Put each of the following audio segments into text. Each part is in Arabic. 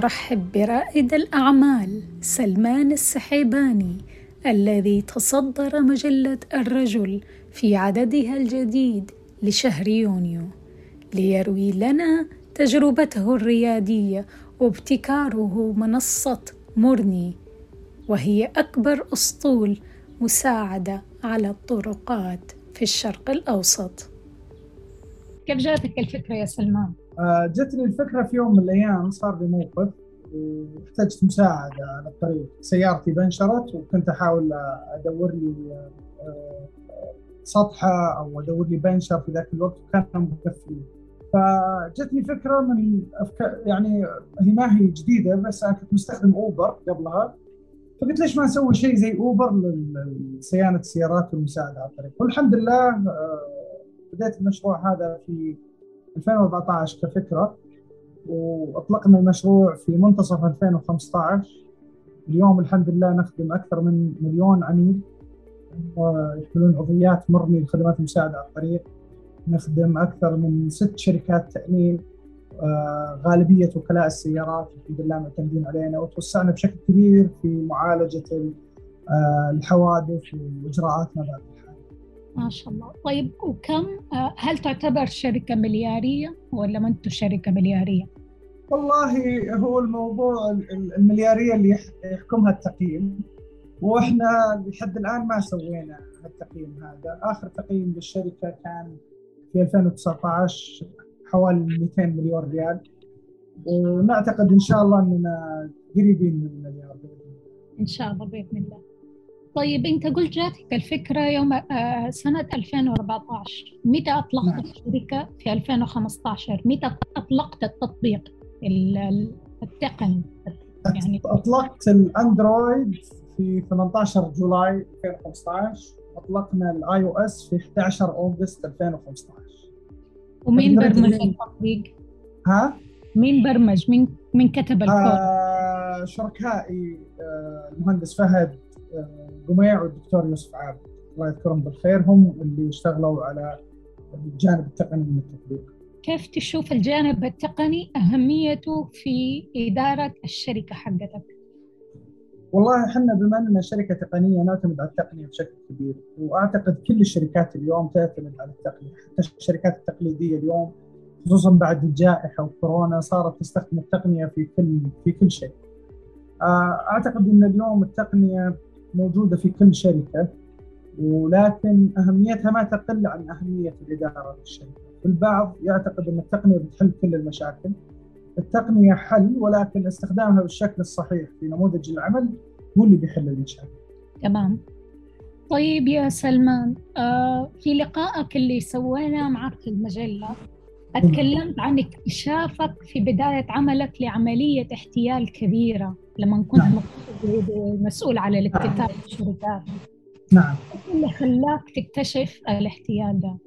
نرحب برائد الأعمال سلمان السحيباني الذي تصدر مجلة الرجل في عددها الجديد لشهر يونيو ليروي لنا تجربته الريادية وابتكاره منصة مورني، وهي أكبر أسطول مساعدة على الطرقات في الشرق الأوسط. كيف جاتك الفكرة يا سلمان؟ جتني الفكرة في يوم من الأيام، صار لي موقف واحتجت مساعدة على الطريق. سيارتي بنشرت وكنت أحاول أدور لي سطحة أو أدور لي بنشر في ذاك الوقت، وكانوا مقفلين. فجتني فكرة من يعني هي ما هي جديدة، بس أنا كنت مستخدم أوبر قبلها، فقلت ليش ما نسوي شيء زي أوبر لصيانة السيارات والمساعدة على الطريق. والحمد لله بدأت المشروع هذا في 2014 كفكرة، وأطلقنا المشروع في منتصف 2015. اليوم الحمد لله نخدم أكثر من 1,000,000 عميل يحملون عضويات مرني لخدمات المساعدة على الطريق. نخدم أكثر من 6 شركات تأمين، غالبية وكلاء السيارات الحمد لله معتمدين علينا، وتوسعنا بشكل كبير في معالجة الحوادث وإجراءاتنا بعد الحادث. ما شاء الله. طيب وكم هل تعتبر شركة مليارية ولا ما أنتم شركة مليارية؟ والله هو الموضوع المليارية اللي يحكمها التقييم، وإحنا لحد الآن ما سوينا التقييم هذا. آخر تقييم للشركة كان في 2019 حوالي 200 مليون ريال، ونعتقد إن شاء الله أننا قريبين من المليار إن شاء الله بإذن الله. طيب أنت قلت جاتك الفكرة يوم سنة 2014، متى أطلقت نعم. الشركة؟ في 2015 متى أطلقت التطبيق التقني؟ يعني أطلقت الأندرويد في 18 جولاي 2015، أطلقنا الآي أو إس في 11 أغسطس 2015. ومين برمج التطبيق؟ مين برمج؟ مين كتب الكود؟ شركائي المهندس فهد قميع والدكتور يوسف عابد الله يذكرهم بالخير، هم اللي اشتغلوا على الجانب التقني من التطبيق. كيف تشوف الجانب التقني أهميته في إدارة الشركة حقتك؟ والله احنا بما اننا شركة تقنية نعتمد على التقنية بشكل كبير، واعتقد كل الشركات اليوم تعتمد على التقنية. حتى الشركات التقليدية اليوم خصوصا بعد الجائحة وكورونا صارت تستخدم التقنية في كل شيء. اعتقد ان اليوم التقنية موجودة في كل شركة، ولكن أهميتها ما تقل عن أهمية الإدارة للشركة. البعض يعتقد أن التقنية بتحل كل المشاكل. التقنية حل، ولكن استخدامها بالشكل الصحيح في نموذج العمل هو اللي بيحل المشاكل. تمام. طيب يا سلمان، في لقائك اللي سوينا معك في المجلة اتكلمت عن اكتشافك في بداية عملك لعملية احتيال كبيرة لما كنت مسؤول على الاكتتاب في الشركات. نعم. ايش اللي خلاك تكتشف الاحتيال ده؟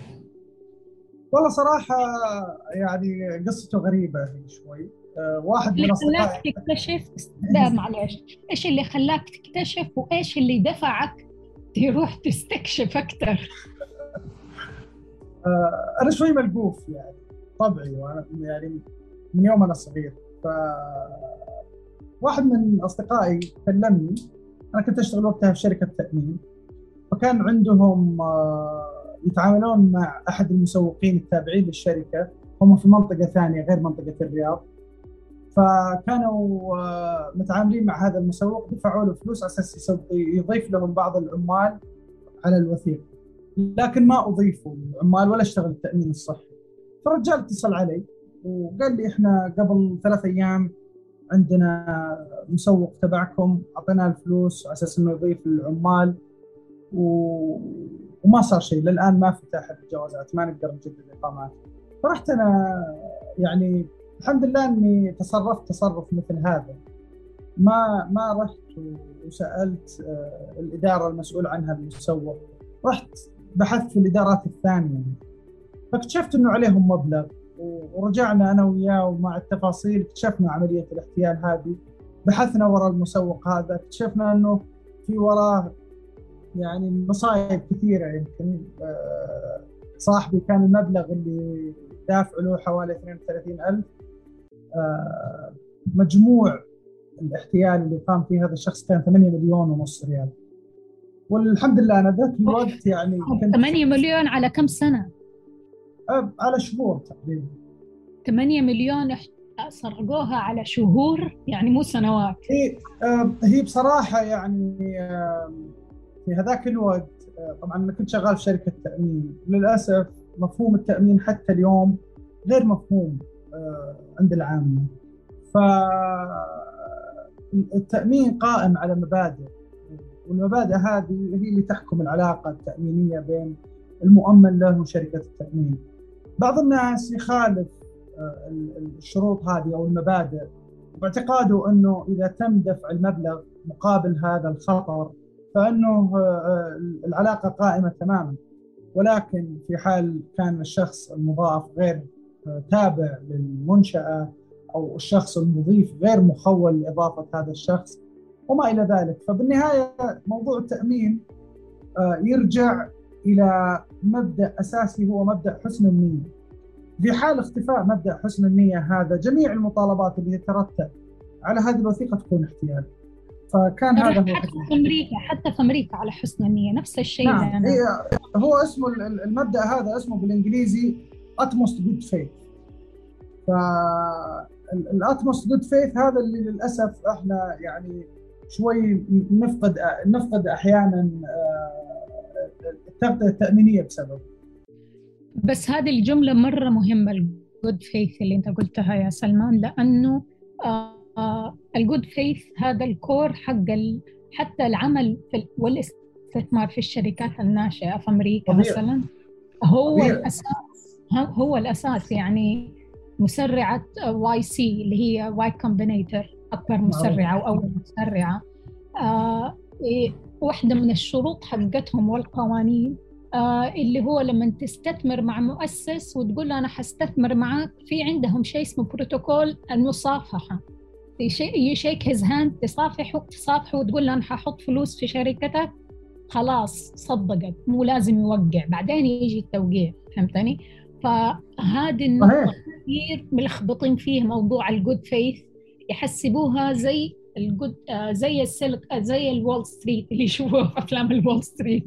والله صراحة يعني قصته غريبة هي شوي. واحد من أصدقائي تكتشف لا معلش، ايش اللي خلاك تكتشف وايش اللي دفعك تروح تستكشف أكثر؟ أنا شوي ملقوف يعني طبعي، وأنا يعني من يوم أنا صغير. واحد من أصدقائي كلمني، أنا كنت أشتغل وقتها في شركة تأمين، فكان عندهم يتعاملون مع أحد المسوقين التابعين للشركة، هم في منطقة ثانية غير منطقة الرياض. فكانوا متعاملين مع هذا المسوق، دفعوا له فلوس على أساس يضيف لهم بعض العمال على الوثيقة، لكن ما أضيفوا العمال ولا اشتغل التأمين الصحي. فالرجال اتصل علي وقال لي إحنا قبل 3 أيام عندنا مسوق تبعكم أعطيناه الفلوس على أساس إنه يضيف العمال وما صار شيء للآن، ما فتح الجوازات، ما نقدر نجدد الإقامات. فرحت أنا يعني الحمد لله إني تصرفت تصرف مثل هذا، ما رحت وسألت الإدارة المسؤول عنها المسوق، رحت بحثت في الإدارات الثانية، فاكتشفت إنه عليهم مبلغ، ورجعنا أنا وياه ومع التفاصيل اكتشفنا عملية الاحتيال هذه. بحثنا وراء المسوق هذا، اكتشفنا إنه في وراه يعني مصايب كثيرة. يمكن صاحبي كان المبلغ اللي دافع له حوالي 32,000، مجموع الاحتيال اللي قام فيه هذا الشخص كان 8 مليون ونص ريال. والحمد لله أنا ذاك الوقت يعني كنت 8 مليون على كم سنة؟ على شهور تقريبا. 8 مليون سرقوها على شهور يعني مو سنوات. هي بصراحة يعني في هذاك الوقت طبعا أنا كنت شغال في شركة تأمين، للأسف مفهوم التأمين حتى اليوم غير مفهوم عند العامة. فالتأمين قائم على مبادئ، والمبادئ هذه هي اللي تحكم العلاقة التأمينية بين المؤمن له وشركة التأمين. بعض الناس يخالف الشروط هذه أو المبادئ باعتقاده أنه إذا تم دفع المبلغ مقابل هذا الخطر فإنه العلاقة قائمة تماما. ولكن في حال كان الشخص المضاف غير تابع للمنشأة أو الشخص المضيف غير مخول لإضافة هذا الشخص وما إلى ذلك، فبالنهاية موضوع التأمين يرجع إلى مبدأ أساسي هو مبدأ حسن النية. في حال اختفاء مبدأ حسن النية هذا جميع المطالبات اللي تترتب على هذه الوثيقة تكون احتيال. فكان هذا هو حتى في أمريكا على حسن النية نفس الشيء. نعم هو اسمه المبدأ هذا اسمه بالإنجليزي utmost good faith. فالutmost good faith هذا اللي للأسف احنا يعني شوي نفقد أحيانا التغطية التأمينية بسبب. بس هذه الجملة مرة مهمة الجود فيث اللي انت قلتها يا سلمان، لأنه الجود فيث هذا الكور حق حتى العمل والاستثمار في الشركات الناشئة في أمريكا مثلا هو الأساس. يعني مسرعة YC اللي هي Y Combinator أكبر مسرعة أو أول مسرعة، واحدة من الشروط حقتهم والقوانين اللي هو لما تستثمر مع مؤسس وتقول له أنا حستثمر معك، في عندهم شيء اسمه بروتوكول المصافحة. يشيك هيز هاند، تصافحه وتقول له أنا ححط فلوس في شركتك، خلاص صدقت، مو لازم يوقع، بعدين يجي التوقيع. فهمتني؟ فهذه النقطة كثير ملخبطين فيه موضوع الجود فيث، يحسبوها زي الجود زي السلك زي الوول ستريت اللي يشوفوه في أفلام الوول ستريت.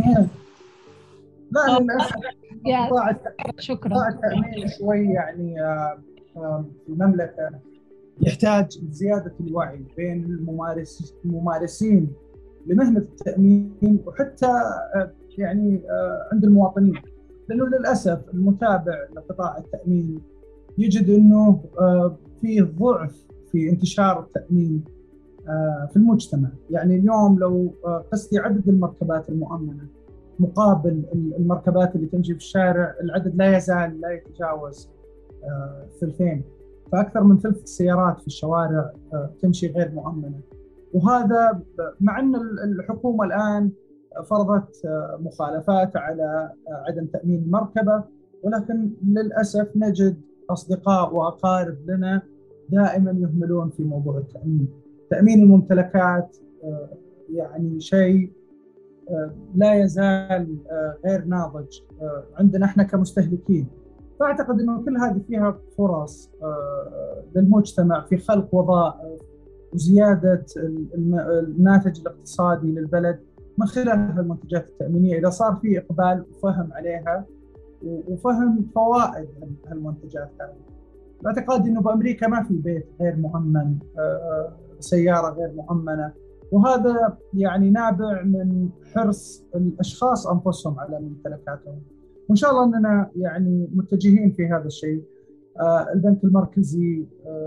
لا للأسف شكرا. قطاع التأمين شوي يعني في المملكة يحتاج زيادة الوعي بين الممارسين لمهنة التأمين وحتى يعني عند المواطنين، لأنه للأسف المتابع لقطاع التأمين يجد أنه في ضعف في انتشار التأمين في المجتمع. يعني اليوم لو قستي عدد المركبات المؤمنة مقابل المركبات اللي تمشي في الشارع، العدد لا يزال لا يتجاوز ثلثين، فأكثر من ثلث السيارات في الشوارع تمشي غير مؤمنة. وهذا مع أن الحكومة الآن فرضت مخالفات على عدم تأمين المركبة، ولكن للأسف نجد أصدقاء وأقارب لنا دائما يهملون في موضوع التأمين. تأمين الممتلكات يعني شيء لا يزال غير ناضج عندنا احنا كمستهلكين. فأعتقد أنه كل هذه فيها فرص للمجتمع في خلق وظائف وزيادة الناتج الاقتصادي للبلد من خلال المنتجات التأمينية، إذا صار في إقبال وفهم عليها وفهم فوائد المنتجات هذه. باعتقادي أنه بأمريكا ما في بيت غير مؤمن، سيارة غير مؤمنة، وهذا يعني نابع من حرص الأشخاص أنفسهم على ممتلكاتهم. وإن شاء الله أننا يعني متجهين في هذا الشيء. البنك المركزي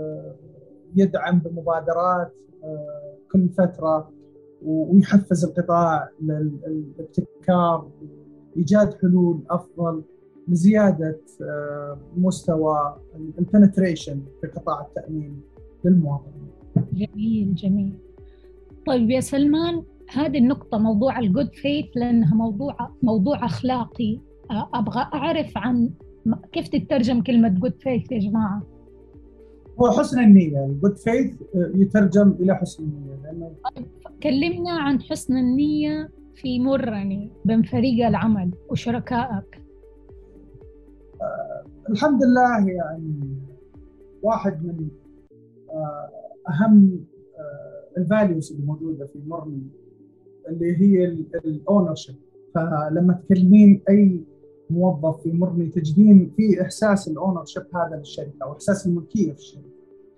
يدعم بمبادرات كل فترة ويحفز القطاع للابتكار وإيجاد حلول أفضل لزيادة مستوى البنتريشن في قطاع التأمين للمواطنين. جميل جميل. طيب يا سلمان، هذه النقطة موضوع الجود فيث لأنها موضوع أخلاقي، أبغى أعرف عن كيف تترجم كلمة جود فيث يا جماعة؟ هو حسن النية. الجود فيث يترجم إلى حسن النية لأنه كلمنا عن حسن النية في مرني بين فريق العمل وشركائك. الحمد لله يعني واحد من اهم الفاليوز اللي موجوده في مرني، اللي هي الاونر شيب. فلما تكلمين اي موظف في مرني تجدين في احساس الاونر شيب هذا للشركه او احساس الملكيه في الشركه.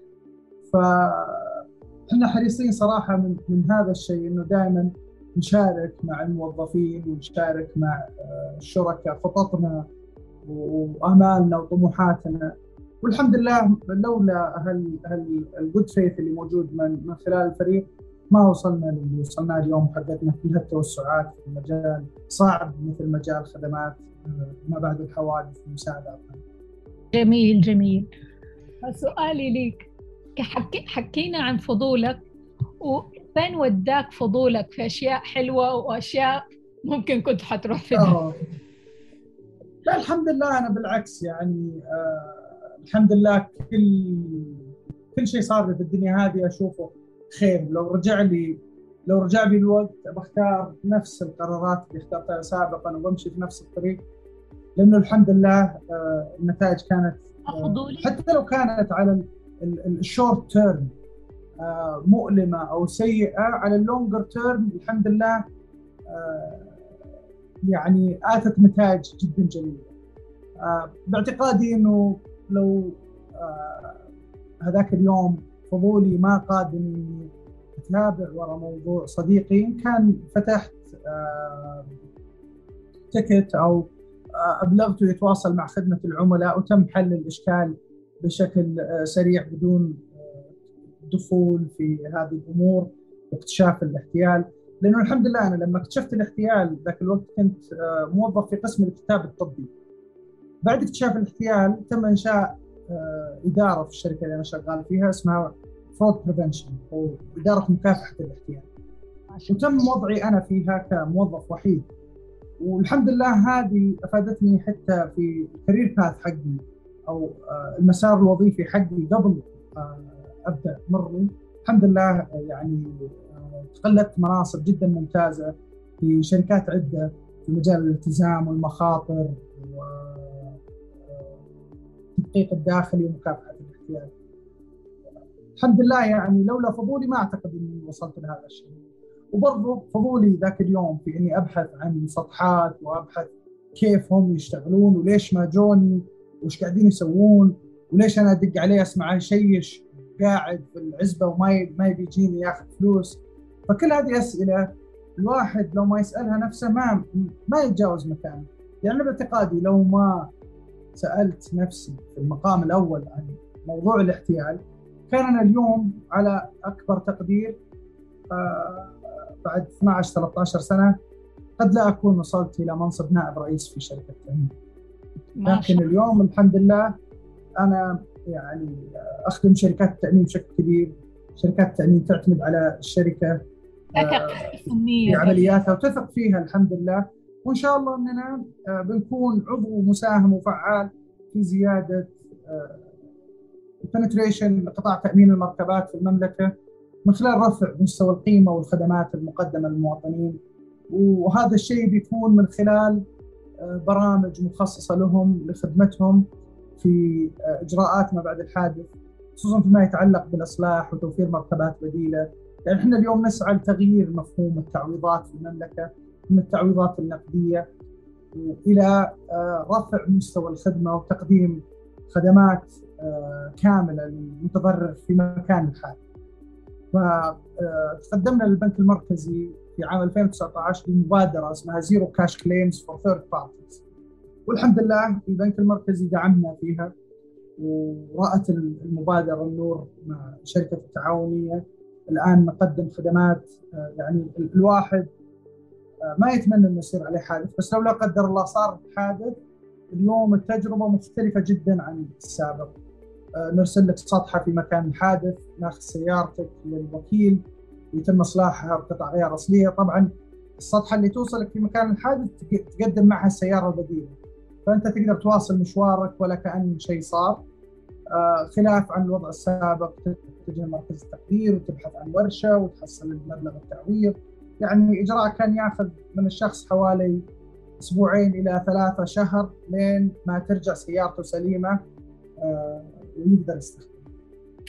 فاحنا حريصين صراحه من هذا الشيء، انه دائما نشارك مع الموظفين ونشارك مع الشركاء خططنا وامالنا وطموحاتنا. والحمد لله لولا الجود فيث اللي موجود من خلال الفريق ما وصلنا للي وصلنا اليوم، وحققنا كل هالتوسعات في المجال صعب مثل مجال الخدمات ما بعد الحوادث والمساعدة. جميل جميل. سؤالي ليك، حكينا عن فضولك، وفين وداك فضولك في أشياء حلوة وأشياء ممكن كنت حتروح فيها؟ لا الحمد لله، أنا بالعكس يعني الحمد لله كل شيء صار لي في الدنيا هذه أشوفه خير. لو رجع بي الوقت بختار نفس القرارات اللي اخترتها سابقا وبمشي في نفس الطريق، لأنه الحمد لله النتائج كانت حتى لو كانت على الشورت تيرم مؤلمة أو سيئة، على اللونجر تيرم الحمد لله يعني آتت نتائج جدا جميلة. باعتقادي أنه لو هذاك اليوم فضولي ما قادني أتابع وراء موضوع صديقي، كان فتحت تيكت أو أبلغته يتواصل مع خدمة العملاء وتم حل الإشكال بشكل سريع بدون دخول في هذه الأمور واكتشاف الاحتيال. لأنه الحمد لله أنا لما اكتشفت الاحتيال ذاك الوقت كنت موظف في قسم الكتاب الطبي. بعد اكتشاف الاحتيال تم إنشاء إدارة في الشركة اللي أنا شغال فيها اسمها fraud prevention أو إدارة مكافحة الاحتيال، وتم وضعي أنا فيها كموظف وحيد. والحمد لله هذه أفادتني حتى في الكارير باث حقي أو المسار الوظيفي حقي قبل أبدأ مرني. الحمد لله يعني تقلدت مناصب جدا ممتازة في شركات عدة في مجال الالتزام والمخاطر والتدقيق الداخلي ومكافحة الاحتيال. الحمد لله يعني لولا فضولي ما أعتقد أني وصلت لهذا الشيء. وبرضه فضولي ذاك اليوم في أني أبحث عن صفحات وأبحث كيف هم يشتغلون وليش ما جوني وش قاعدين يسوون وليش أنا أدق عليه أسمع يشيش قاعد في العزبة وما يبي يجيني ياخذ فلوس. فكل هذه أسئلة الواحد لو ما يسألها نفسه ما يتجاوز مكانه. يعني باعتقادي لو ما سألت نفسي في المقام الأول عن موضوع الاحتيال كان أنا اليوم على أكبر تقدير بعد 12-13 سنة قد لا أكون وصلت إلى منصب نائب رئيس في شركة تأمين. لكن اليوم الحمد لله أنا يعني أخدم شركات التأمين بشكل كبير. شركات التأمين تعتمد على الشركة في عملياتها وتثق فيها الحمد لله. وإن شاء الله أننا بنكون عضو مساهم وفعال في زيادة البنتريشن لقطاع تأمين المركبات في المملكة من خلال رفع مستوى القيمة والخدمات المقدمة للمواطنين. وهذا الشيء بيكون من خلال برامج مخصصة لهم لخدمتهم في إجراءات ما بعد الحادث، خصوصا فيما يتعلق بالإصلاح وتوفير مركبات بديلة. يعني احنا اليوم نسعى لتغيير مفهوم التعويضات في المملكة من التعويضات النقدية إلى رفع مستوى الخدمة وتقديم خدمات كاملة للمتضرر في مكان الحادث. فتقدمنا للبنك المركزي في عام 2019 بمبادرة اسمها Zero Cash Claims for Third Parties، والحمد لله البنك المركزي دعمنا فيها ورأت المبادرة النور مع شركة التعاونية. الآن نقدم خدمات يعني الواحد ما يتمنى أنه يصير عليه حادث، بس لو لا قدر الله صار حادث اليوم التجربة مختلفة جدا عن السابق. نرسل لك صفحة في مكان الحادث، ناخذ سيارتك للوكيل ويتم إصلاحها بقطع غيار أصلية. طبعا السطحة اللي توصلك في مكان الحادث تقدم معها السيارة البديلة، فأنت تقدر تواصل مشوارك ولا كأن شيء صار. خلاف عن الوضع السابق تجي مركز التقدير وتبحث عن ورشة وتحصل مبلغ التعويض. يعني إجراء كان يأخذ من الشخص حوالي 2 إلى 3 شهر لين ما ترجع سيارته سليمة ويقدر يستخدم.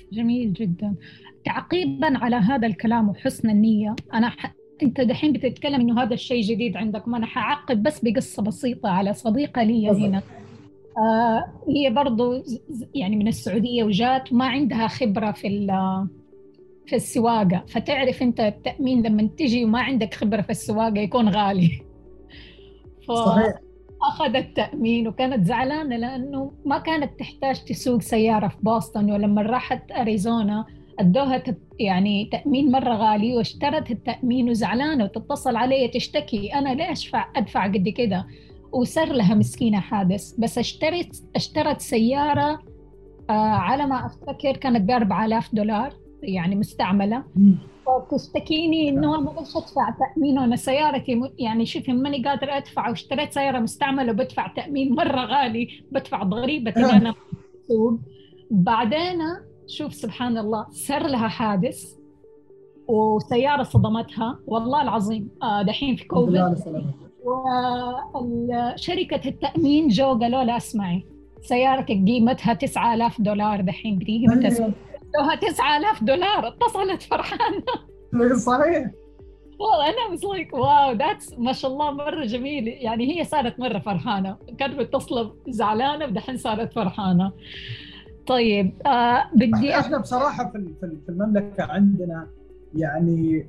جميل جدا. تعقيبا على هذا الكلام وحسن النية، أنت دحين بتتكلم إنه هذا الشيء جديد عندكم، أنا حعقب بس بقصة بسيطة على صديقة لي تفضل. هنا. هي برضو يعني من السعودية، وجات وما عندها خبرة في السواقة. فتعرف أنت التأمين لما تجي وما عندك خبرة في السواقة يكون غالي. صحيح. فأخذت تأمين وكانت زعلانة لأنه ما كانت تحتاج تسوق سيارة في بoston، ولما راحت أريزونا ادوها يعني تأمين مرة غالي، واشترت التأمين وزعلانة وتتصل علي تشتكي أنا ليش أدفع قد كده. وصار لها مسكينة حادث، بس اشترت سيارة على ما أفتكر كانت ب$4000 يعني مستعملة. مم. تشتكيني انه ما بقدرش ادفع تامين، وانا سيارتي يعني شوفي ماني قادره ادفع، واشتريت سياره مستعمله وبدفع تامين مره غالي، بدفع ضريبه اللي انا بسوق. بعدين شوف سبحان الله، صار لها حادث وسياره صدمتها والله العظيم. دحين في الحمد لله كوفيد، على سلامتك. وشركه التامين جو قالوا لها اسمعي، سيارتك قيمتها $9000 دحين بتيجي متى ايوه. لها $9000. اتصلت فرحانه. صحيح. وانا was like wow that's ما شاء الله مره جميل. يعني هي صارت مره فرحانه، كانت متصله زعلانه ودحين صارت فرحانه. طيب بدي احنا بصراحه في المملكه عندنا يعني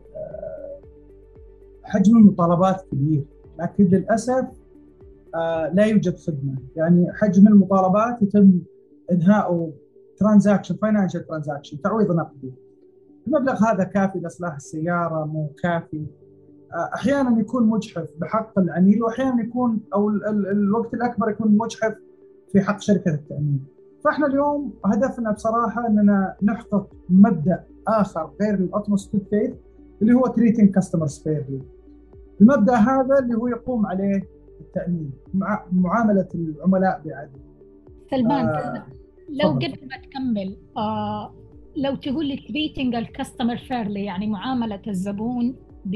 حجم المطالبات كبير، لكن للاسف لا يوجد خدمه. يعني حجم المطالبات يتم انهاؤه ترانزاكشن، فاينانشال ترانزاكشن، تعويض نقدي. المبلغ هذا كافي لاصلاح السياره؟ مو كافي. احيانا يكون مجحف بحق العميل، واحيانا يكون او الوقت الاكبر يكون مجحف في حق شركه التامين. فاحنا اليوم هدفنا بصراحه اننا نحقق مبدا اخر غير الاتموست جود فيث، اللي هو تريتنج كاستمرز فيرلي. المبدا هذا اللي هو يقوم عليه التامين، مع معامله العملاء بعدل. سلمان، لو تفضل. قبل ما تكمل لو تقول لي treating الكاستمر فيرلي يعني معامله الزبون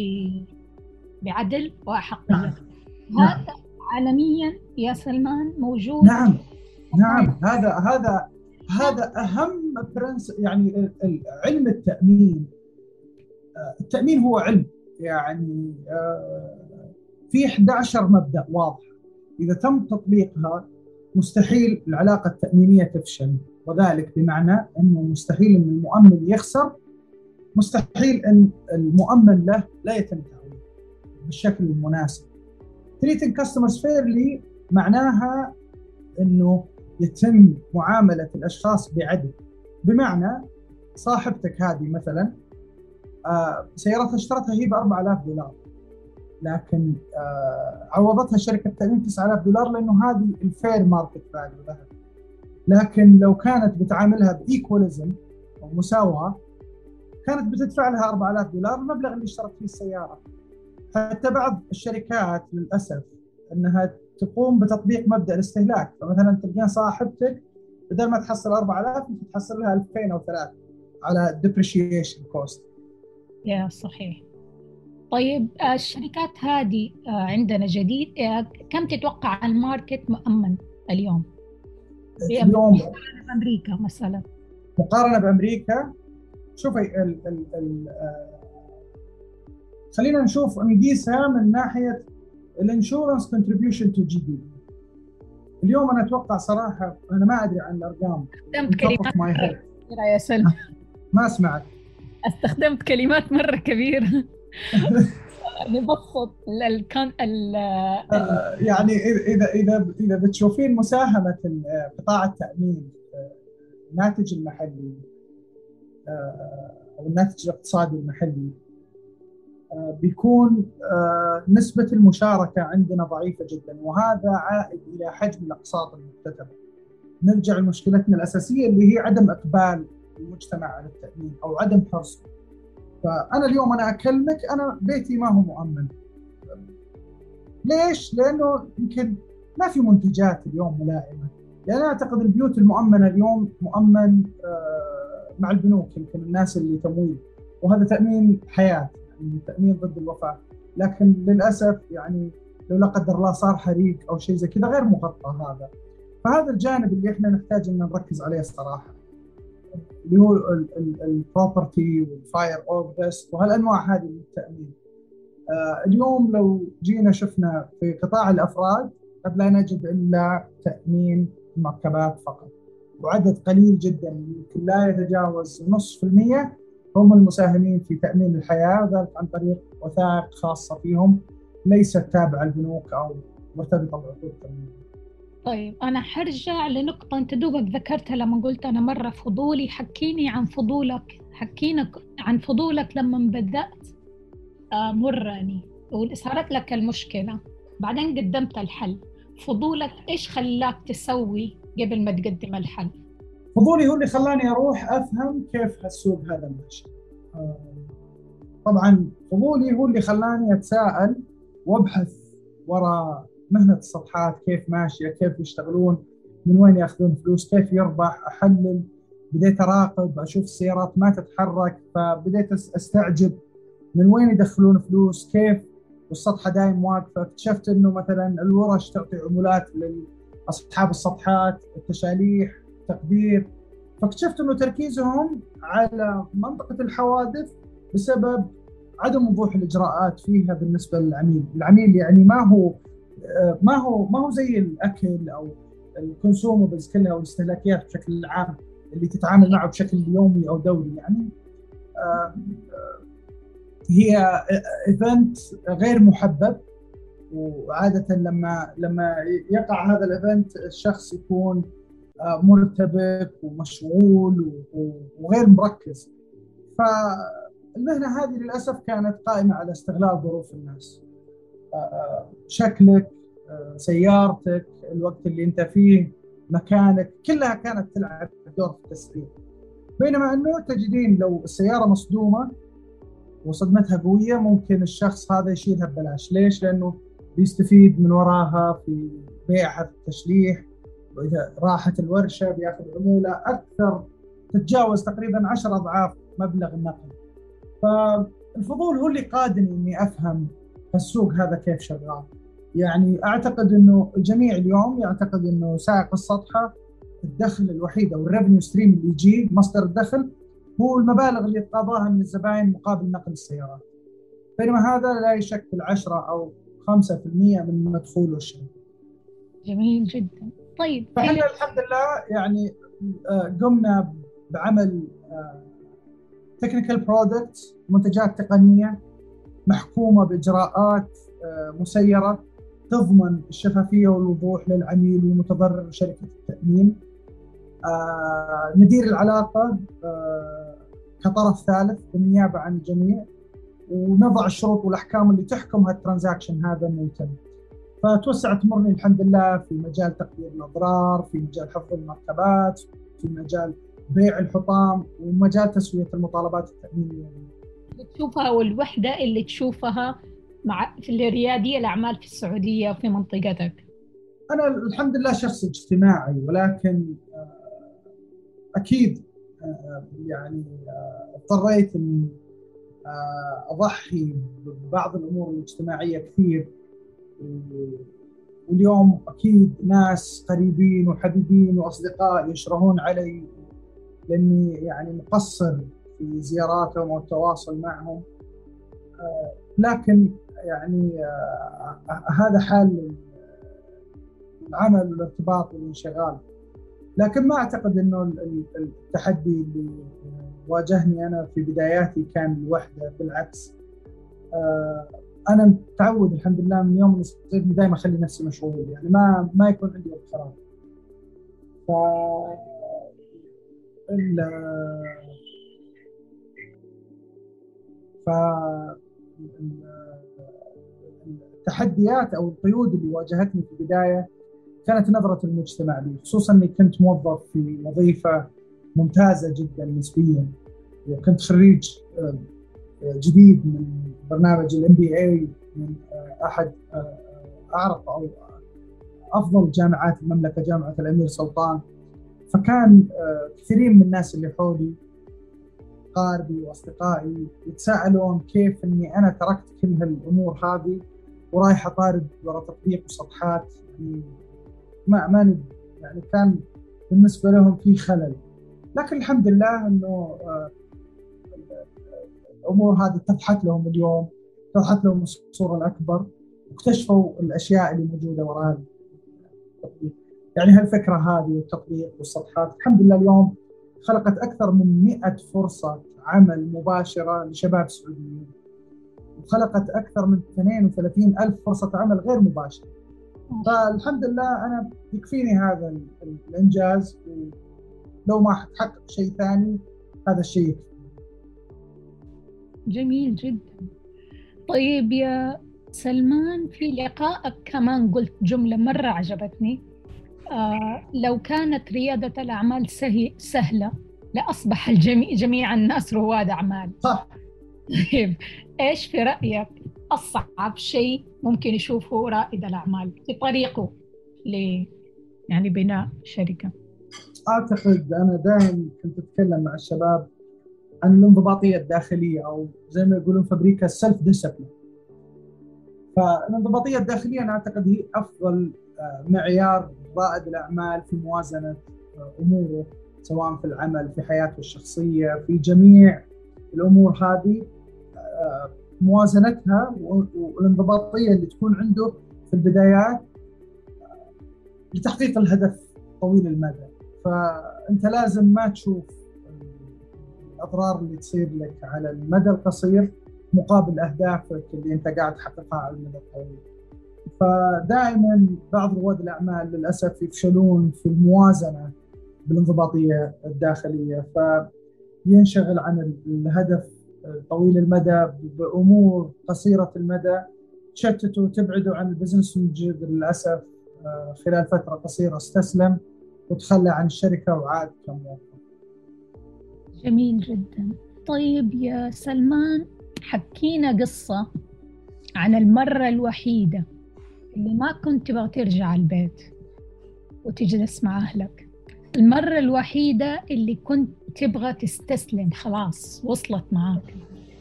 بعدل واحقيه. نعم. نعم. هذا عالميا يا سلمان موجود؟ نعم. نعم. هذا اهم برنس. يعني علم التامين، التامين هو علم. يعني في 11 مبدا واضح، اذا تم تطبيقها مستحيل العلاقه التامينيه تفشل. وذلك بمعنى انه مستحيل ان المؤمن يخسر، مستحيل ان المؤمن له لا يتم تعويضه بالشكل المناسب. treating customers fairly معناها انه يتم معامله الاشخاص بعدل. بمعنى صاحبتك هذه مثلا سيارتها اشترتها هي ب$4000، لكن عوضتها شركه تامين $9000 لانه هذه الفير ماركت فاليو لها. لكن لو كانت بتعاملها بايكواليزم او مساواه، كانت بتدفع لها $4000 المبلغ اللي اشترت فيه السياره. حتى بعض الشركات للاسف انها تقوم بتطبيق مبدا الاستهلاك، فمثلا تلقين صاحبتك بدل ما تحصل 4000 انت تحصل لها 2000 او 3 على الديبريشيشن كوست. يا صحيح. طيب الشركات هذه عندنا جديد، كم تتوقع الماركت مؤمن اليوم؟ اليوم بأمريكا مثلا. مقارنه بامريكا، شوفي خلينا نقيسها من ناحيه الانشورنس كونتريبيوشن تو جي دي. اليوم انا اتوقع صراحه، انا ما ادري عن الارقام. استخدمت كلمات مرة كبيرة يا سلمى. ما سمعت. استخدمت كلمات مرة كبيرة. نبسط يعني اذا بتشوفين مساهمه قطاع التامين الناتج المحلي او الناتج الاقتصادي المحلي، بيكون نسبة المشاركة عندنا ضعيفة جدا، وهذا عائد إلى حجم الأقساط المكتتبة. نرجع لمشكلتنا الأساسية اللي هي عدم إقبال المجتمع على التأمين أو عدم حرصه. فأنا اليوم أنا أكلمك، أنا بيتي ما هو مؤمن. ليش؟ لأنه يمكن ما في منتجات اليوم ملائمة. يعني أنا أعتقد البيوت المؤمنة اليوم مؤمن مع البنوك، يمكن الناس اللي تمويل، وهذا تأمين حياة، تأمين ضد الوفاة. لكن للأسف يعني لو لا قدر الله صار حريق أو شيء زي كذا غير مغطى هذا. فهذا الجانب اللي احنا نحتاج ان نركز عليه الصراحة. اللي هو البروبرتي والفاير اوردست وهالانواع هذه من التامين. اليوم لو جينا شفنا في قطاع الافراد قد لا نجد الا تامين المركبات فقط، وعدد قليل جدا يمكن لا يتجاوز 0.5% هم المساهمين في تامين الحياه، وذلك عن طريق وثائق خاصه فيهم ليست تابعه للبنوك او مرتبطه بعقود التامين. طيب أنا حرجع لنقطة أنت دوبك ذكرتها لما قلت أنا مرة فضولي. حكيني عن فضولك، حكينا عن فضولك لما بدأت مرني وصارت لك المشكلة، بعدين قدمت الحل. فضولك إيش خلاك تسوي قبل ما تقدم الحل؟ فضولي هو اللي خلاني أروح أفهم كيف هالسوق هذا ماشي. طبعا فضولي هو اللي خلاني أتساءل وأبحث وراء مهنة السطحات، كيف ماشية، كيف يشتغلون، من وين يأخذون فلوس، كيف يربح. أحلل، بديت أراقب، أشوف السيارات ما تتحرك، فبديت أستعجب من وين يدخلون فلوس، كيف والسطحة دايم واقفة. اكتشفت إنه مثلا الورش تعطي عمولات لأصحاب السطحات، التشاليح، تقدير. فاكتشفت انه تركيزهم على منطقه الحوادث بسبب عدم وضوح الاجراءات فيها بالنسبه للعميل. العميل يعني ما هو زي الاكل او الكونسومبلز كلها والاستهلاكيات بشكل عام اللي تتعامل معه بشكل يومي او دوري. يعني هي ايفنت غير محبب، وعاده لما يقع هذا الايفنت الشخص يكون مرتبك ومشغول وغير مركز. فالمهنة هذه للأسف كانت قائمة على استغلال ظروف الناس. شكلك، سيارتك، الوقت اللي انت فيه، مكانك، كلها كانت تلعب دور في التسعير. بينما انه تجدين لو السيارة مصدومة وصدمتها قوية ممكن الشخص هذا يشيلها ببلاش. ليش؟ لأنه بيستفيد من وراها في بيعها في التشليح، وإذا راحت الورشة بياخذ عمولة أكثر تتجاوز تقريبا 10 أضعاف مبلغ النقد. فالفضول هو اللي قادني إني أفهم السوق هذا كيف شغال. يعني أعتقد إنه الجميع اليوم يعتقد إنه سائق السطحة الدخل الوحيد أو الريفنيو ستريم اللي يجي، مصدر الدخل، هو المبالغ اللي يتقاضاها من الزبائن مقابل نقل السيارات. بينما هذا لا يشكل 10 أو 5% من مدخوله الشهري. جميل جدا. طيب فاحنا الحمد لله يعني قمنا بعمل تكنيكال برودكتس، منتجات تقنيه محكومه باجراءات مسيره تضمن الشفافيه والوضوح للعميل والمتضرر وشركه التامين. ندير العلاقه كطرف ثالث بالنيابه عن الجميع، ونضع الشروط والاحكام اللي تحكم هالترانزاكشن هذا انه يتم. فتوسعت مرني الحمد لله في مجال تقدير الأضرار، في مجال حفظ المركبات، في مجال بيع الحطام، ومجال تسوية المطالبات التأمينية. تشوفها والوحدة اللي تشوفها في ريادي الأعمال في السعودية وفي منطقتك؟ أنا الحمد لله شخص اجتماعي، ولكن أكيد يعني اضطريت أني أضحي ببعض الأمور الاجتماعية كثير. واليوم أكيد ناس قريبين وحبيبين وأصدقاء يشرهون علي لأني يعني مقصر في زياراتهم والتواصل معهم. لكن يعني هذا حال العمل والارتباط والانشغال. لكن ما أعتقد أنه التحدي اللي واجهني أنا في بداياتي كان الوحدة، بالعكس. أنا متعود الحمد لله من يوم اللي صرت دائما أخلي نفسي مشغول، يعني ما يكون عندي وقت فراغ. ف التحديات أو القيود اللي واجهتني في البداية كانت نظرة المجتمع لي، خصوصا أني كنت موظف في وظيفة ممتازة جدا نسبيا، وكنت خريج جديد من برنامج الMBA من أحد أعرف أو أفضل جامعات المملكة، جامعة الأمير سلطان. فكان كثيرين من الناس اللي حولي قاربي وأصدقائي يتساءلون كيف أني أنا تركت كل هالأمور هذه ورايح أطارد وراء تطبيق وسطحات. يعني ماني يعني كان بالنسبة لهم في خلل. لكن الحمد لله انه الامور هذه اتضحت لهم اليوم، اتضحت لهم الصوره الاكبر، واكتشفوا الاشياء اللي موجوده وراء التطبيق. يعني هالفكره هذه والتطبيق والصفحات الحمد لله اليوم خلقت اكثر من 100 فرصه عمل مباشره لشباب سعوديين، وخلقت اكثر من 32 الف فرصه عمل غير مباشره. فالحمد لله انا يكفيني هذا الانجاز، ولو ما حتحقق شيء ثاني هذا الشيء يكفي. جميل جدا. طيب يا سلمان، في لقائك كمان قلت جملة مرة عجبتني، لو كانت ريادة الأعمال سهلة لأصبح جميع الناس رواد أعمال. صح. طيب إيش في رأيك أصعب شيء ممكن يشوفه رائد الأعمال في طريقه يعني بناء شركة؟ اعتقد انا دائما كنت اتكلم مع الشباب عن الانضباطيه الداخليه، او زي ما يقولون في امريكا السلف ديسبلين. فالانضباطيه الداخليه انا اعتقد هي افضل معيار رائد الاعمال في موازنه اموره، سواء في العمل، في حياته الشخصيه، في جميع الامور هذه. موازنتها والانضباطيه اللي تكون عنده في البدايات لتحقيق الهدف طويل المدى. فانت لازم ما تشوف الاضرار اللي تصير لك على المدى القصير مقابل اهدافك اللي انت قاعد تحققها على المدى الطويل. فدائما بعض رواد الاعمال للاسف يفشلون في الموازنه بالانضباطيه الداخليه، فينشغل عن الهدف طويل المدى بامور قصيره المدى تشتته وتبعده عن البزنس من جد. للاسف خلال فتره قصيره استسلم وتخلى عن الشركه وعاد كموظف. جميل جدا. طيب يا سلمان، حكينا قصة عن المرة الوحيدة اللي ما كنت تبغى ترجع البيت وتجلس مع أهلك، المرة الوحيدة اللي كنت تبغى تستسلم خلاص وصلت معاك.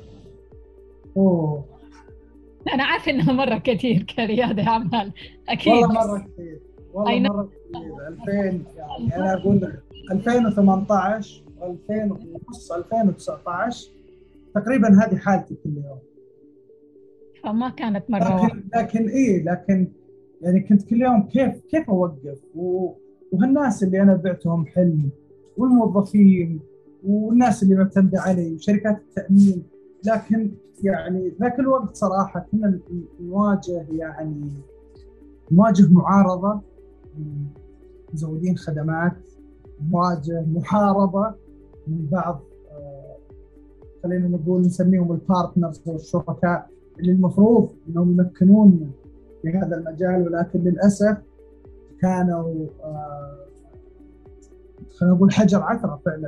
أوه. أنا عارف إنها مرة كثير كريادة أعمال أكيد. والله مرة كثير، والله مرة كثير. 2000 يعني أنا أقول لك 2018 ونص 2019 تقريبا هذه حالتي كل يوم. فما كانت مرة واحدة. لكن يعني كنت كل يوم كيف أوقف وهالناس اللي أنا بعتهم حلم، والموظفين والناس اللي معتمدة علي وشركات التأمين. لكن يعني ذاك الوقت صراحة كنا نواجه معارضة، مزودين خدمات، نواجه محاربة من بعض خلينا نقول نسميهم البارتنرز والشركاء اللي المفروض انهم يمكنونا في هذا المجال، ولكن للاسف كانوا خلينا نقول حجر عثرة فعلا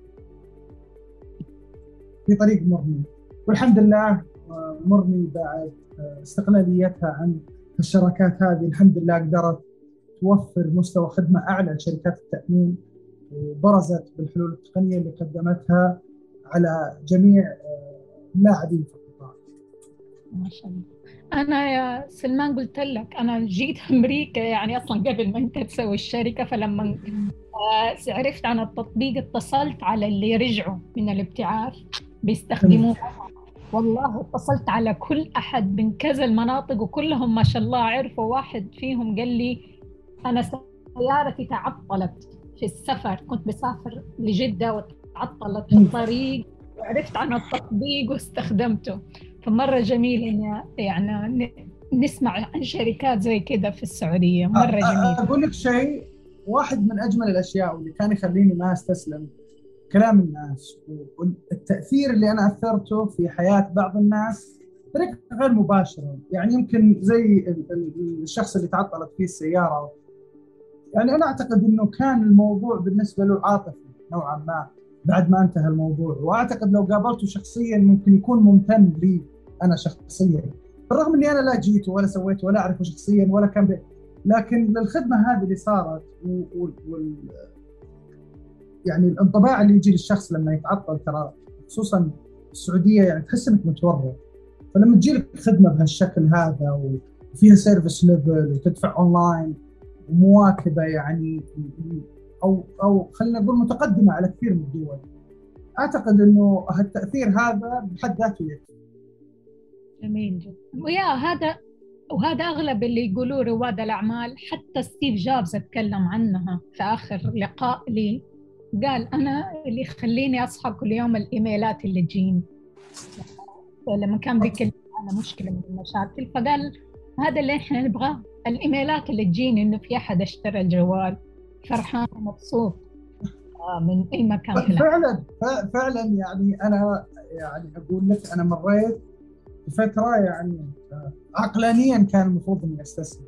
في طريق مرني. والحمد لله مرني بعد استقلاليتها عن الشراكات هذه الحمد لله قدرت توفر مستوى خدمة أعلى لشركات التأمين، وبرزت بالحلول التقنية اللي قدمتها على جميع اللاعبين في القطاع. ما شاء الله. أنا يا سلمان قلت لك أنا جيت أمريكا يعني أصلا قبل ما أنت تسوي الشركة، فلما عرفت عن التطبيق اتصلت على اللي رجعوا من الابتعاث بيستخدموه. والله اتصلت على كل أحد من كذا المناطق وكلهم ما شاء الله عرفوا. واحد فيهم قال لي أنا سيارتي تعطلت في السفر، كنت بسافر لجدة وتعطلت في الطريق وعرفت عن التطبيق واستخدمته. فمرة جميل إن يعني نسمع عن شركات زي كده في السعودية، مرة جميل. أقول لك شيء، واحد من أجمل الأشياء واللي كان يخليني ما أستسلم كلام الناس والتأثير اللي أنا أثرته في حياة بعض الناس بطريقة غير مباشرة. يعني يمكن زي الشخص اللي تعطلت فيه السيارة، يعني أنا أعتقد أنه كان الموضوع بالنسبة له عاطفي نوعا ما بعد ما انتهى الموضوع، وأعتقد لو قابلته شخصيا ممكن يكون ممتن لي أنا شخصيا، بالرغم أني أنا لا جيته ولا سويته ولا أعرفه شخصيا ولا كان لكن للخدمة هذه اللي صارت يعني الانطباع اللي يجي للشخص لما يتعطل، ترى خصوصا السعودية يعني تحس انك متورط. فلما تجي لك خدمة بهالشكل هذا وفيها سيرفيس ليفل وتدفع اونلاين ومواكبة، يعني او خلينا نقول متقدمه على كثير من الدول. اعتقد انه التاثير هذا بحد ذاته يكفي. جميل جدا. وهذا أغلب اللي يقولوه رواد الأعمال. حتى ستيف جوبز اتكلم عنها في آخر لقاء لي، قال أنا اللي يخليني أصحى كل يوم الإيميلات اللي تجيني، لما كان بيكلم على مشكلة من المشاكل، فقال هذا اللي احنا نبغاه، الإيميلات اللي تجيني إنه في أحد اشترى الجوال، فرحان ومبسوط من أي مكان في العالم. فعلا يعني أنا يعني أقول لك أنا مريت بفترة يعني عقلانيا كان المفروض إني أستسلم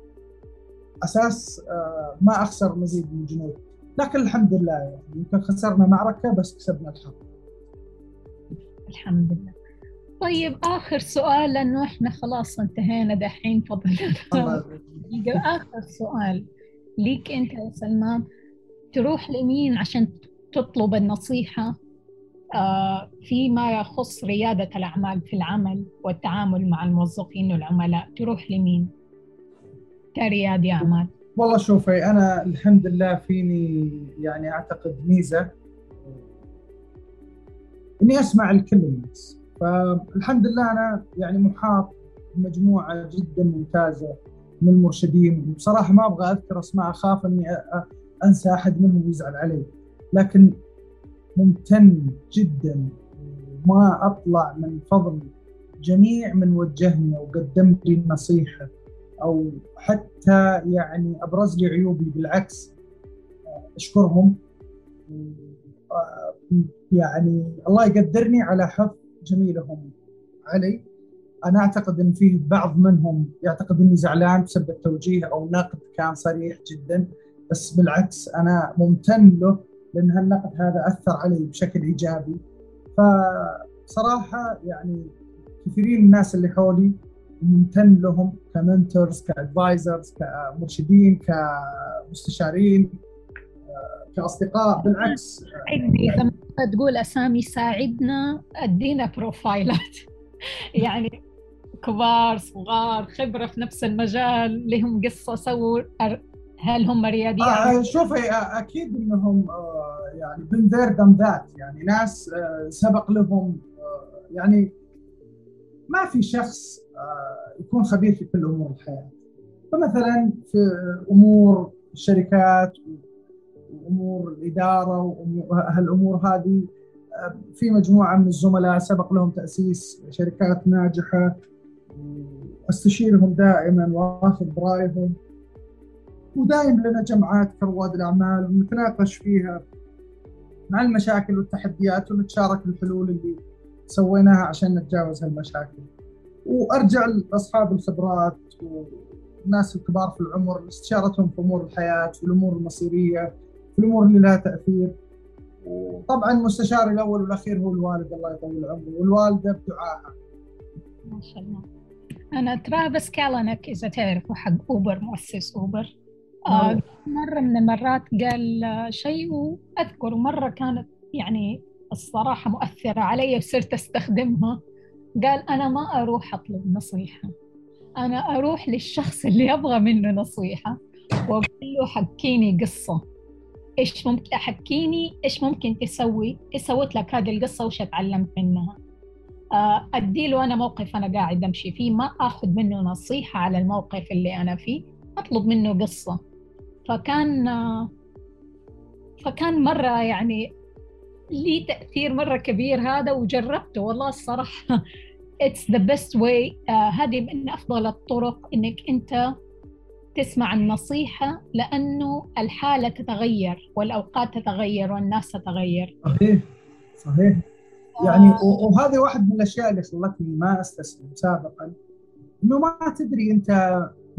أساس ما أخسر مزيد من الجنود، لكن الحمد لله يعني يمكن خسرنا معركة بس كسبنا الحرب. الحمد لله. طيب آخر سؤال، لأنه إحنا خلاص انتهينا دحين، فضل آخر سؤال ليك أنت يا سلمان، تروح لمين عشان تطلب النصيحة فيما يخص ريادة الأعمال في العمل والتعامل مع الموظفين والعملاء؟ تروح لمين كريادي أعمال؟ والله شوفي، أنا الحمد لله فيني يعني أعتقد ميزة إني أسمع لكل الناس. فالحمد لله أنا يعني محاط بمجموعة جدا ممتازة من المرشدين، وبصراحة ما أبغى أذكر أسماء، أخاف إني أنسى أحد منهم ويزعل علي، لكن ممتن جدا وما أطلع من فضل جميع من وجهني أو قدم لي نصيحة أو حتى يعني أبرز لي عيوبي. بالعكس أشكرهم، يعني الله يقدرني على حفظ جميلهم علي. أنا أعتقد أن فيه بعض منهم يعتقد أني زعلان بسبب التوجيه أو نقد كان صريح جدا، بس بالعكس أنا ممتن له لأن هالنقد هذا أثر علي بشكل إيجابي. فصراحة يعني كثيرين من الناس اللي حولي ممتن لهم كمنتورز، كادفايزرز، كمرشدين، كمستشارين، كأصدقاء. بالعكس يعني تقول أسامي ساعدنا، أدينا بروفايلات يعني كبار صغار خبرة في نفس المجال، لهم قصة، سووا هل هم رياديين؟ شوفي أكيد إنهم يعني been there done that، يعني ناس سبق لهم يعني ما في شخص يكون خبير في كل أمور الحياة. فمثلا في أمور الشركات وأمور الإدارة وهالأمور هذه في مجموعة من الزملاء سبق لهم تأسيس شركات ناجحة، واستشيرهم دائما وآخذ برأيهم، ودائم لنا جمعات كرواد الأعمال ونتناقش فيها مع المشاكل والتحديات ونتشارك الحلول اللي سويناها عشان نتجاوز هالمشاكل. وأرجع لأصحاب الخبرات والناس الكبار في العمر لاستشارتهم في أمور الحياة، في الأمور المصيرية، في الأمور اللي لها تأثير. وطبعا مستشاري الأول والأخير هو الوالد الله يطول عمره، والوالدة بدعائها. ما شاء الله. أنا ترافيس كالانيك إذا تعرفوا، حق أوبر، مؤسس أوبر، مرة من المرات قال شيء وأذكر مرة كانت يعني الصراحة مؤثرة علي وصرت أستخدمها. قال أنا ما أروح أطلب نصيحة، أنا أروح للشخص اللي يبغى منه نصيحة وأقول له حكيني قصة، إيش ممكن حكيني، إيش ممكن تسوي، إيش سويت لك هذه القصة وش اتعلمت منها. أديله أنا موقف أنا قاعد أمشي فيه، ما أخذ منه نصيحة على الموقف اللي أنا فيه، أطلب منه قصة. فكان مرة يعني لي تأثير مرة كبير هذا، وجربته والله الصراحة it's the best way. هذه من أفضل الطرق إنك أنت تسمع النصيحة، لأنه الحالة تتغير والأوقات تتغير والناس تتغير. صحيح يعني وهذه واحد من الأشياء اللي خلتني ما أستسلم سابقا، إنه ما تدري أنت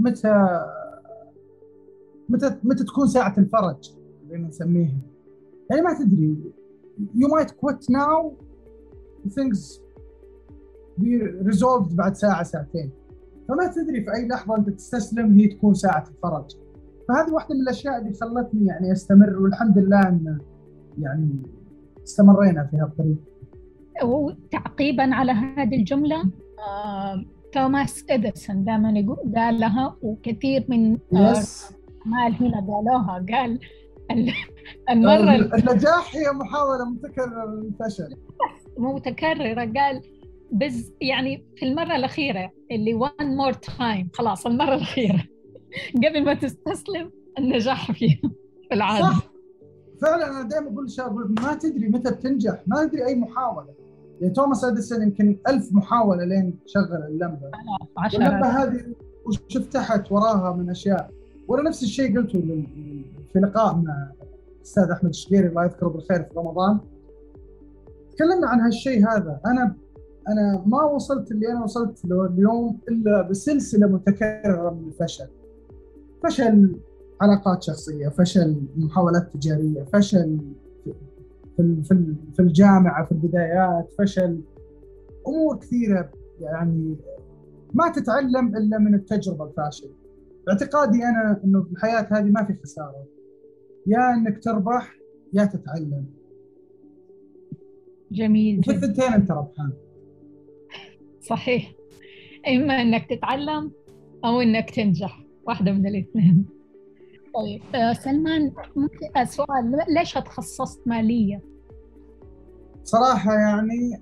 متى تكون ساعة الفرج اللي نسميها، يعني ما تدري you might quit now things be resolved بعد ساعة ساعتين، فما تدري في أي لحظة أنت تستسلم هي تكون ساعة الفرج. فهذه واحدة من الأشياء اللي خلتني يعني أستمر، والحمد لله أن يعني استمرينا في هالطريق. وتعقيبا على هذه الجملة، توماس إديسون دائما قالها، وكثير من أعمال هنا قالوها، قال ال- المرة النجاح هي محاولة متكررة للفشل. المتكررة قال، بس يعني في المرة الأخيرة اللي one more time، خلاص المرة الأخيرة قبل ما تستسلم، النجاح فيها في العادة. صح، فعلا انا دائما اقول للشباب ما تدري متى بتنجح، ما تدري اي محاوله. يعني توماس اديسون يمكن 1000 محاوله لين شغل اللمبه، واللمبه عشرات. هذه وش فتحت وراها من اشياء. وانا نفس الشيء قلته في لقاء مع الاستاذ احمد الشقيري الله يذكره بالخير في رمضان، تكلمنا عن هالشيء هذا. انا ما وصلت اللي انا وصلت له اليوم الا بسلسله متكرره من الفشل. فشل علاقات شخصيه، فشل محاولات تجاريه، فشل في الجامعه في البدايات، فشل امور كثيره. يعني ما تتعلم الا من التجربه الفاشله. باعتقادي انا انه في الحياه هذه ما في خساره، يا انك تربح يا تتعلم، جميل وفي جدا. الثنتين انت ربحان. صحيح، إما إنك تتعلم أو إنك تنجح، واحدة من الاثنين. طيب سلمان، ممكن سؤال، ليش تخصصت مالية؟ صراحه يعني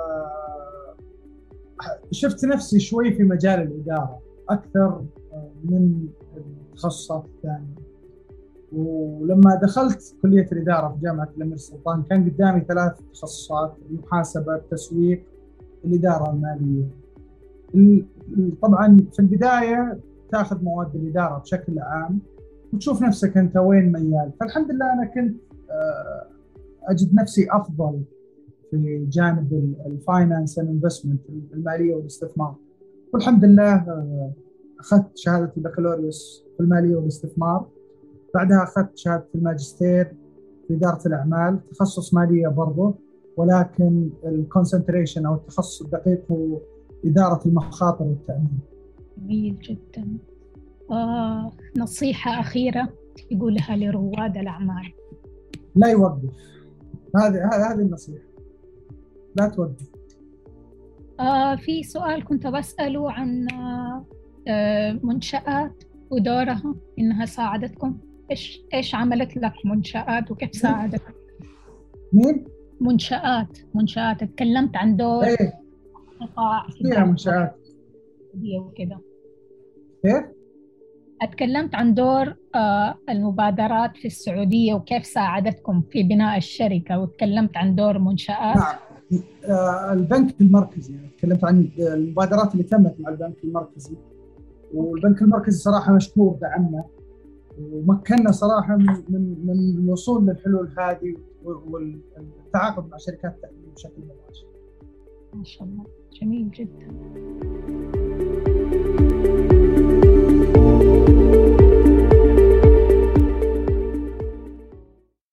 شفت نفسي شوي في مجال الاداره اكثر من التخصصات الثانيه. ولما دخلت كلية الإدارة في جامعة الأمير سلطان كان قدامي 3 تخصصات: المحاسبة، التسويق، الإدارة المالية. طبعا في البداية تاخذ مواد الإدارة بشكل عام وتشوف نفسك أنت وين ميال. فالحمد لله أنا كنت أجد نفسي أفضل في جانب الفاينانس اند انفستمنت، المالية والاستثمار. والحمد لله أخذت شهادة البكالوريوس في المالية والاستثمار. بعدها أخذت شهادة الماجستير في إدارة الأعمال، تخصص مالية برضه، ولكن الكونسنتريشن أو التخصص الدقيق هو إدارة المخاطر والتأمين. جميل جدا. نصيحة أخيرة تقولها لرواد الأعمال؟ لا يوقف. هذه النصيحة، لا توقف. في سؤال كنت بسأله عن منشآت ودورها إنها ساعدتكم. إيش عملت لك منشآت وكيف ساعدتك؟ مين؟ منشآت تكلمت عن دور إيه قطاع فيها منشآت وكذا. كيف؟ اتكلمت عن دور المبادرات في السعودية وكيف ساعدتكم في بناء الشركة، وتكلمت عن دور منشآت. نعم. البنك المركزي، يعني تكلمت عن المبادرات اللي تمت مع البنك المركزي، والبنك المركزي صراحة مشكور دعمنا ومكننا صراحة من الوصول للحلول هذه والتعاقد مع شركات التأمين بشكل مباشر. ما شاء الله، جميل جدا.